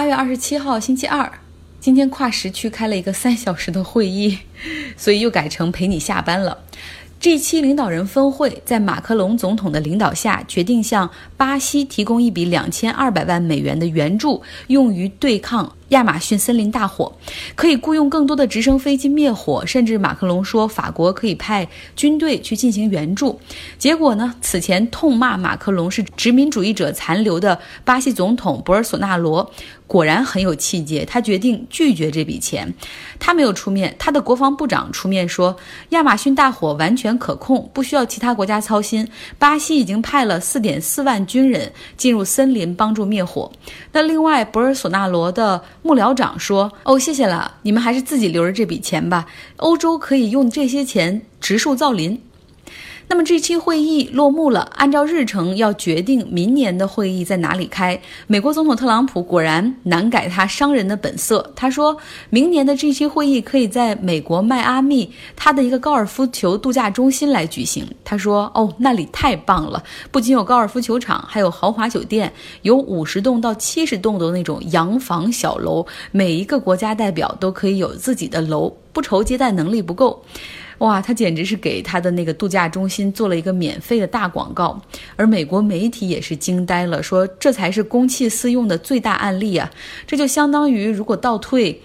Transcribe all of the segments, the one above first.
8月27号星期二，今天跨时区开了一个3小时的会议，所以又改成陪你下班了。G7 领导人峰会在马克龙总统的领导下，决定向巴西提供一笔2200万美元的援助，用于对抗亚马逊森林大火，可以雇佣更多的直升飞机灭火，甚至马克龙说法国可以派军队去进行援助。结果呢，此前痛骂马克龙是殖民主义者残留的巴西总统博尔索纳罗果然很有气节，他决定拒绝这笔钱。他没有出面，他的国防部长出面说，亚马逊大火完全可控，不需要其他国家操心，巴西已经派了4.4万军人进入森林帮助灭火。那另外博尔索纳罗的幕僚长说，谢谢了，你们还是自己留着这笔钱吧，欧洲可以用这些钱植树造林。那么这期会议落幕了，按照日程要决定明年的会议在哪里开。美国总统特朗普果然难改他商人的本色，他说明年的这期会议可以在美国迈阿密他的一个高尔夫球度假中心来举行。他说那里太棒了，不仅有高尔夫球场，还有豪华酒店，有50栋到70栋的那种洋房小楼，每一个国家代表都可以有自己的楼，不愁接待能力不够。哇，他简直是给他的那个度假中心做了一个免费的大广告，而美国媒体也是惊呆了，说这才是公器私用的最大案例啊！这就相当于如果倒退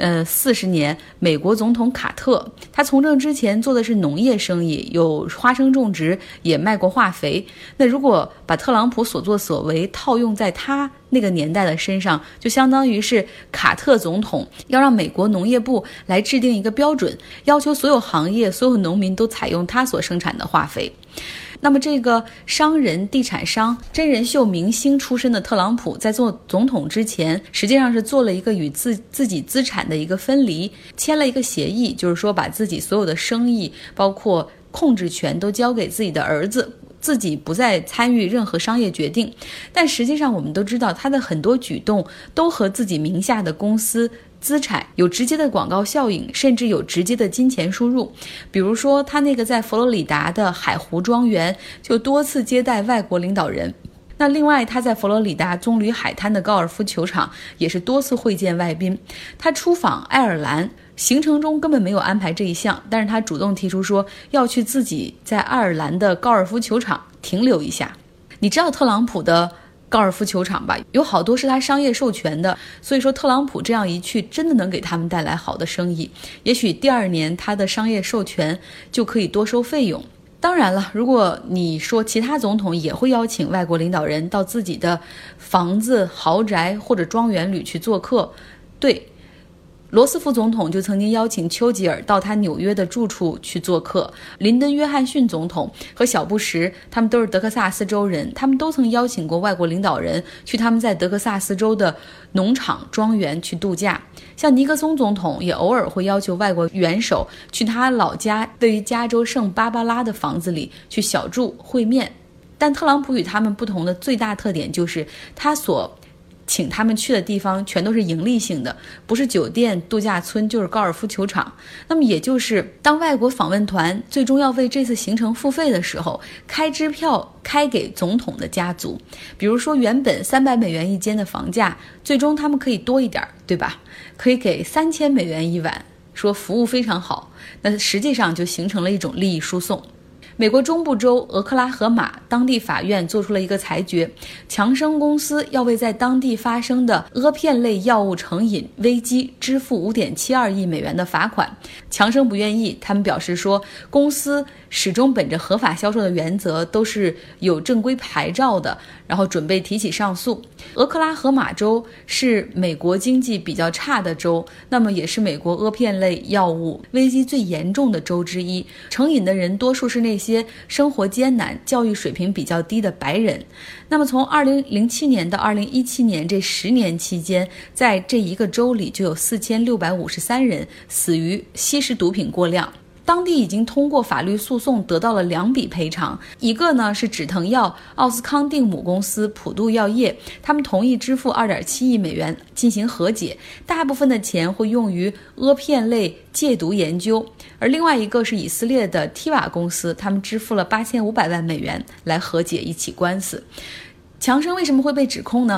40年，美国总统卡特，他从政之前做的是农业生意，有花生种植，也卖过化肥。那如果把特朗普所作所为套用在他那个年代的身上，就相当于是卡特总统要让美国农业部来制定一个标准，要求所有行业、所有农民都采用他所生产的化肥。那么这个商人、地产商、真人秀明星出身的特朗普，在做总统之前，实际上是做了一个与自己资产的一个分离，签了一个协议，就是说把自己所有的生意，包括控制权都交给自己的儿子，自己不再参与任何商业决定。但实际上我们都知道，他的很多举动都和自己名下的公司资产有直接的广告效应，甚至有直接的金钱输入。比如说他那个在佛罗里达的海湖庄园就多次接待外国领导人，那另外他在佛罗里达棕榈海滩的高尔夫球场也是多次会见外宾。他出访爱尔兰行程中根本没有安排这一项，但是他主动提出说要去自己在爱尔兰的高尔夫球场停留一下。你知道特朗普的高尔夫球场吧，有好多是他商业授权的，所以说特朗普这样一去真的能给他们带来好的生意，也许第2年他的商业授权就可以多收费用。当然了，如果你说其他总统也会邀请外国领导人到自己的房子、豪宅或者庄园里去做客，对，罗斯福总统就曾经邀请丘吉尔到他纽约的住处去做客，林登·约翰逊总统和小布什他们都是德克萨斯州人，他们都曾邀请过外国领导人去他们在德克萨斯州的农场庄园去度假。像尼克松总统也偶尔会要求外国元首去他老家位于加州圣巴巴拉的房子里去小住会面。但特朗普与他们不同的最大特点就是他所请他们去的地方全都是盈利性的，不是酒店、度假村就是高尔夫球场。那么也就是当外国访问团最终要为这次行程付费的时候，开支票开给总统的家族，比如说原本300美元一间的房价，最终他们可以多一点，对吧？可以给3000美元一晚，说服务非常好，那实际上就形成了一种利益输送。美国中部州俄克拉荷马当地法院做出了一个裁决，强生公司要为在当地发生的阿片类药物成瘾危机支付5.72亿美元的罚款。强生不愿意，他们表示说，公司始终本着合法销售的原则，都是有正规牌照的，然后准备提起上诉。俄克拉荷马州是美国经济比较差的州，那么也是美国阿片类药物危机最严重的州之一，成瘾的人多数是那些生活艰难、教育水平比较低的白人。那么从2007年到2017年这10年期间，在这一个州里就有4653人死于吸食毒品过量。当地已经通过法律诉讼得到了2笔赔偿，一个呢是止疼药奥斯康定母公司普渡药业，他们同意支付2.7亿美元进行和解，大部分的钱会用于阿片类戒毒研究。而另外一个是以色列的 Tiva 公司，他们支付了8500万美元来和解一起官司。强生为什么会被指控呢？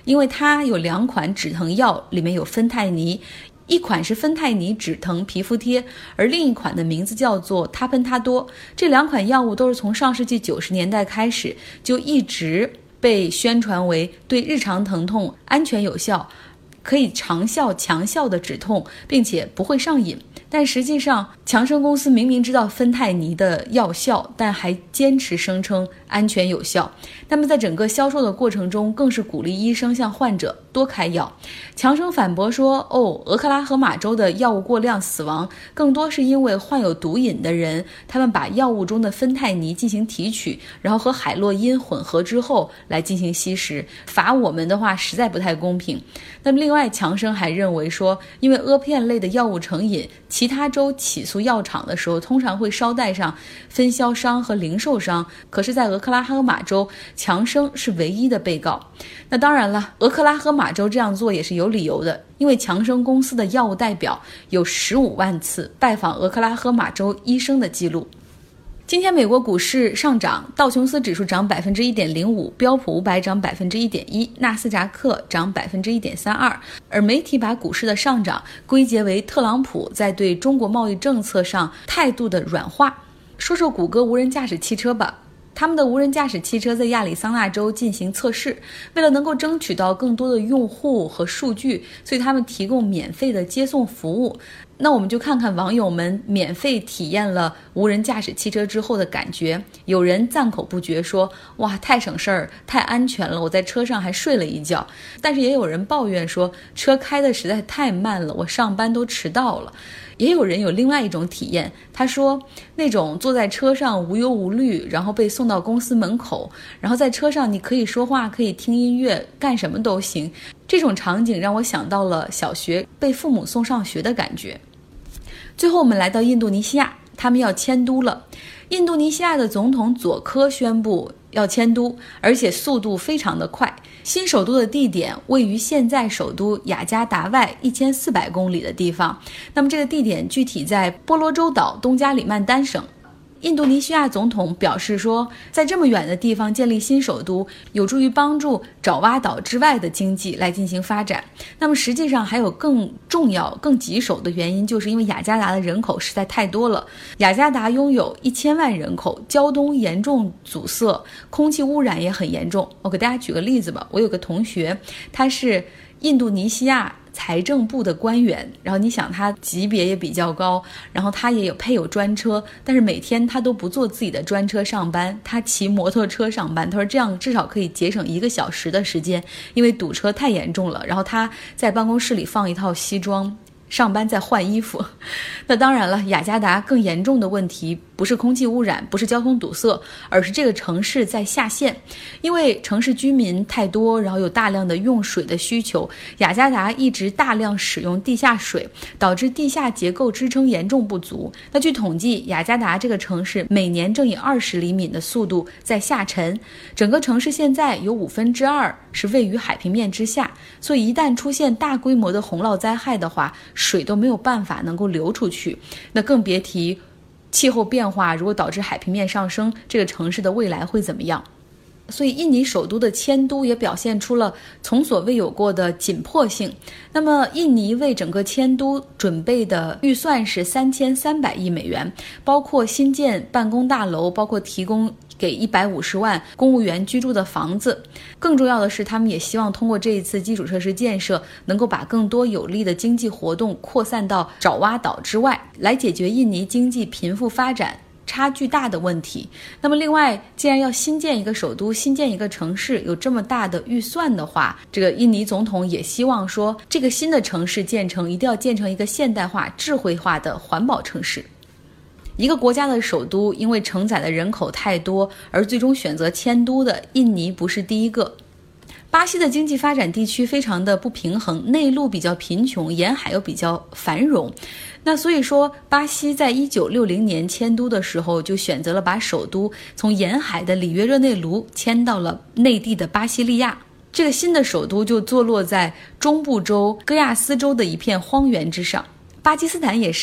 因为它有2款止疼药，里面有芬太尼，一款是芬太尼止疼皮肤贴，而另一款的名字叫做他喷他多。这2款药物都是从上世纪90年代开始就一直被宣传为对日常疼痛安全有效，可以长效强效的止痛，并且不会上瘾。但实际上强生公司明明知道芬太尼的药效，但还坚持声称安全有效。那么在整个销售的过程中，更是鼓励医生向患者多开药。强生反驳说，俄克拉荷马州的药物过量死亡更多是因为患有毒瘾的人，他们把药物中的芬太尼进行提取，然后和海洛因混合之后来进行吸食，罚我们的话实在不太公平。那么另外强生还认为说，因为阿片类的药物成瘾，其他州起诉药厂的时候通常会捎带上分销商和零售商，可是在俄克拉荷马州，强生是唯一的被告。那当然了，俄克拉荷马州这样做也是有理由的，因为强生公司的药物代表有15万次拜访俄克拉荷马州医生的记录。今天美国股市上涨，道琼斯指数涨 1.05%， 标普500涨 1.1%， 纳斯达克涨 1.32%， 而媒体把股市的上涨归结为特朗普在对中国贸易政策上态度的软化。说说谷歌无人驾驶汽车吧。他们的无人驾驶汽车在亚利桑那州进行测试，为了能够争取到更多的用户和数据，所以他们提供免费的接送服务。那我们就看看网友们免费体验了无人驾驶汽车之后的感觉。有人赞口不绝说，哇，太省事儿，太安全了，我在车上还睡了一觉。但是也有人抱怨说，车开的实在太慢了，我上班都迟到了。也有人有另外一种体验，他说那种坐在车上无忧无虑，然后被送到公司门口，然后在车上你可以说话，可以听音乐，干什么都行。这种场景让我想到了小学被父母送上学的感觉。最后我们来到印度尼西亚，他们要迁都了。印度尼西亚的总统佐科宣布要迁都，而且速度非常的快。新首都的地点位于现在首都雅加达外1400公里的地方，那么这个地点具体在波罗州岛东加里曼丹省。印度尼西亚总统表示说，在这么远的地方建立新首都，有助于帮助爪哇岛之外的经济来进行发展。那么实际上还有更重要、更棘手的原因，就是因为雅加达的人口实在太多了。雅加达拥有1000万人口，交通严重阻塞，空气污染也很严重。我给大家举个例子吧，我有个同学，他是印度尼西亚财政部的官员，然后你想他级别也比较高，然后他也配有专车，但是每天他都不坐自己的专车上班，他骑摩托车上班。他说这样至少可以节省1个小时的时间，因为堵车太严重了。然后他在办公室里放一套西装，上班再换衣服。那当然了，雅加达更严重的问题不是空气污染，不是交通堵塞，而是这个城市在下陷。因为城市居民太多，然后有大量的用水的需求，雅加达一直大量使用地下水，导致地下结构支撑严重不足。那据统计，雅加达这个城市每年正以20厘米的速度在下沉，整个城市现在有2/5是位于海平面之下，所以一旦出现大规模的洪涝灾害的话，水都没有办法能够流出去，那更别提气候变化如果导致海平面上升，这个城市的未来会怎么样。所以印尼首都的迁都也表现出了从所未有过的紧迫性。那么印尼为整个迁都准备的预算是3300亿美元，包括新建办公大楼，包括提供给150万公务员居住的房子。更重要的是，他们也希望通过这一次基础设施建设，能够把更多有利的经济活动扩散到爪哇岛之外，来解决印尼经济贫富发展差距大的问题。那么另外，既然要新建一个首都，新建一个城市，有这么大的预算的话，这个印尼总统也希望说，这个新的城市建成一定要建成一个现代化、智慧化的环保城市。一个国家的首都因为承载的人口太多而最终选择迁都的，印尼不是第一个。巴西的经济发展地区非常的不平衡，内陆比较贫穷，沿海又比较繁荣。那所以说，巴西在1960年迁都的时候，就选择了把首都从沿海的里约热内卢迁到了内地的巴西利亚。这个新的首都就坐落在中部州戈亚斯州的一片荒原之上。巴基斯坦也是啊，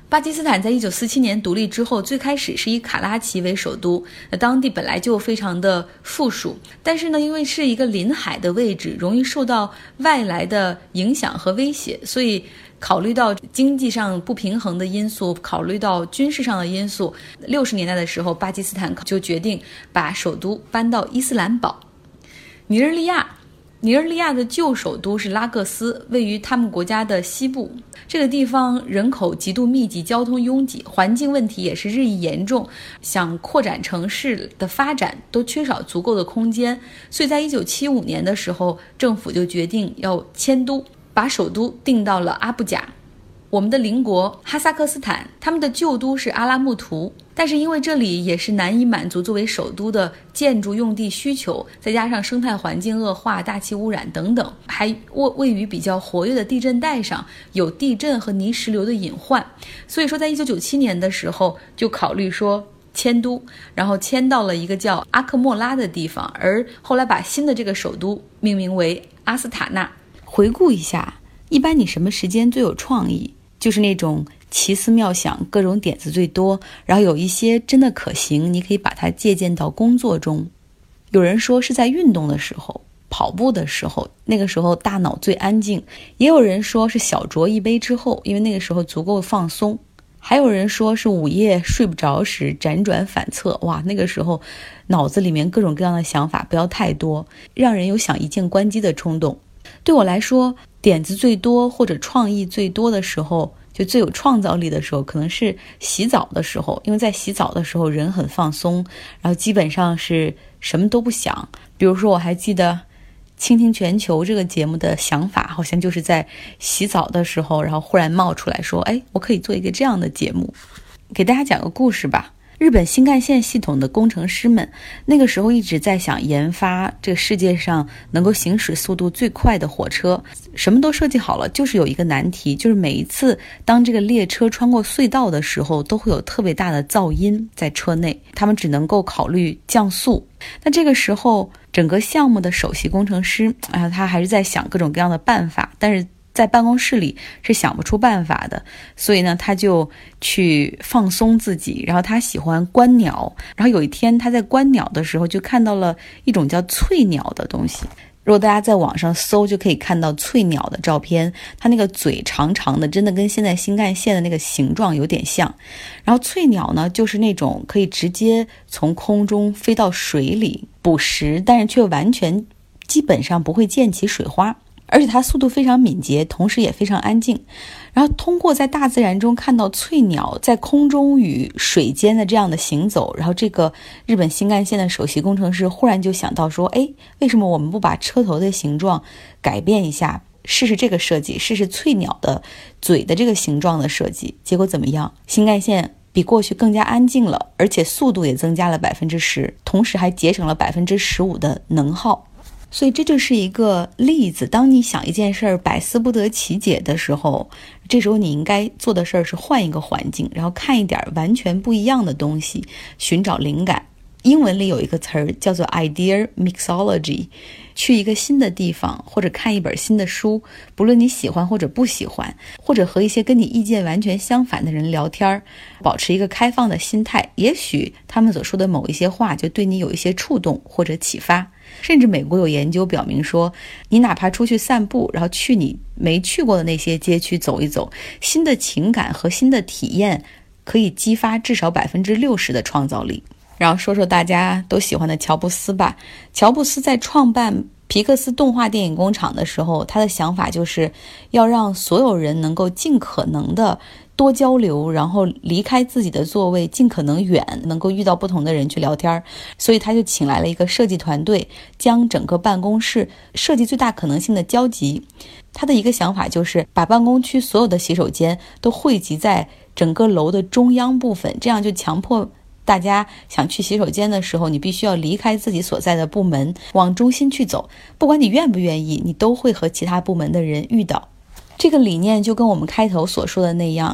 巴基斯坦在1947年独立之后，最开始是以卡拉奇为首都，当地本来就非常的富庶，但是呢，因为是一个临海的位置，容易受到外来的影响和威胁，所以考虑到经济上不平衡的因素，考虑到军事上的因素，60年代的时候，巴基斯坦就决定把首都搬到伊斯兰堡。尼日利亚的旧首都是拉各斯，位于他们国家的西部。这个地方人口极度密集，交通拥挤，环境问题也是日益严重，想扩展城市的发展都缺少足够的空间，所以在1975年的时候，政府就决定要迁都，把首都定到了阿布贾。我们的邻国哈萨克斯坦，他们的旧都是阿拉木图，但是因为这里也是难以满足作为首都的建筑用地需求，再加上生态环境恶化、大气污染等等，还位于比较活跃的地震带上，有地震和泥石流的隐患，所以说在1997年的时候就考虑说迁都，然后迁到了一个叫阿克莫拉的地方，而后来把新的这个首都命名为阿斯塔纳。回顾一下，一般你什么时间最有创意？就是那种奇思妙想，各种点子最多，然后有一些真的可行，你可以把它借鉴到工作中。有人说是在运动的时候，跑步的时候，那个时候大脑最安静，也有人说是小酌一杯之后，因为那个时候足够放松，还有人说是午夜睡不着时辗转反侧，哇，那个时候脑子里面各种各样的想法不要太多，让人有想一键关机的冲动。对我来说，点子最多或者创意最多的时候，就最有创造力的时候，可能是洗澡的时候，因为在洗澡的时候人很放松，然后基本上是什么都不想。比如说我还记得倾听全球这个节目的想法，好像就是在洗澡的时候，然后忽然冒出来说，我可以做一个这样的节目。给大家讲个故事吧。日本新干线系统的工程师们那个时候一直在想研发这个世界上能够行驶速度最快的火车，什么都设计好了，就是有一个难题，就是每一次当这个列车穿过隧道的时候，都会有特别大的噪音在车内，他们只能够考虑降速。那这个时候整个项目的首席工程师他还是在想各种各样的办法，但是在办公室里是想不出办法的，所以呢他就去放松自己，然后他喜欢观鸟，然后有一天他在观鸟的时候就看到了一种叫翠鸟的东西。如果大家在网上搜就可以看到翠鸟的照片，它那个嘴长长的，真的跟现在新干线的那个形状有点像。然后翠鸟呢就是那种可以直接从空中飞到水里捕食，但是却完全基本上不会溅起水花，而且它速度非常敏捷，同时也非常安静。然后通过在大自然中看到翠鸟在空中与水间的这样的行走，然后这个日本新干线的首席工程师忽然就想到说，为什么我们不把车头的形状改变一下，试试这个设计，试试翠鸟的嘴的这个形状的设计。结果怎么样？新干线比过去更加安静了，而且速度也增加了 10%， 同时还节省了 15% 的能耗。所以这就是一个例子，当你想一件事儿百思不得其解的时候，这时候你应该做的事儿是换一个环境，然后看一点完全不一样的东西，寻找灵感。英文里有一个词儿叫做 idea mixology， 去一个新的地方或者看一本新的书，不论你喜欢或者不喜欢，或者和一些跟你意见完全相反的人聊天，保持一个开放的心态，也许他们所说的某一些话就对你有一些触动或者启发。甚至美国有研究表明说，你哪怕出去散步，然后去你没去过的那些街区走一走，新的情感和新的体验可以激发至少 60% 的创造力。然后说说大家都喜欢的乔布斯吧。乔布斯在创办皮克斯动画电影工厂的时候，他的想法就是要让所有人能够尽可能的多交流，然后离开自己的座位尽可能远，能够遇到不同的人去聊天。所以他就请来了一个设计团队，将整个办公室设计最大可能性的交集。他的一个想法就是把办公区所有的洗手间都汇集在整个楼的中央部分，这样就强迫大家想去洗手间的时候，你必须要离开自己所在的部门，往中心去走，不管你愿不愿意，你都会和其他部门的人遇到。这个理念就跟我们开头所说的那样，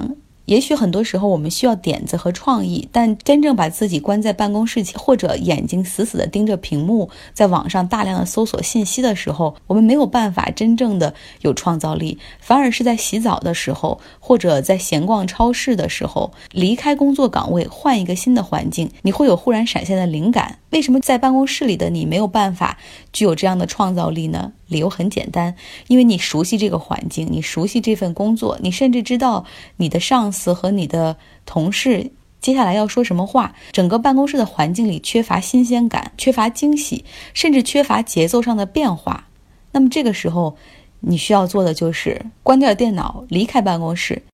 也许很多时候我们需要点子和创意，但真正把自己关在办公室前，或者眼睛死死地盯着屏幕，在网上大量的搜索信息的时候，我们没有办法真正的有创造力，反而是在洗澡的时候，或者在闲逛超市的时候，离开工作岗位，换一个新的环境，你会有忽然闪现的灵感。为什么在办公室里的你没有办法具有这样的创造力呢？理由很简单，因为你熟悉这个环境，你熟悉这份工作，你甚至知道你的上司和你的同事接下来要说什么话。整个办公室的环境里缺乏新鲜感，缺乏惊喜，甚至缺乏节奏上的变化。那么这个时候你需要做的就是关掉电脑，离开办公室，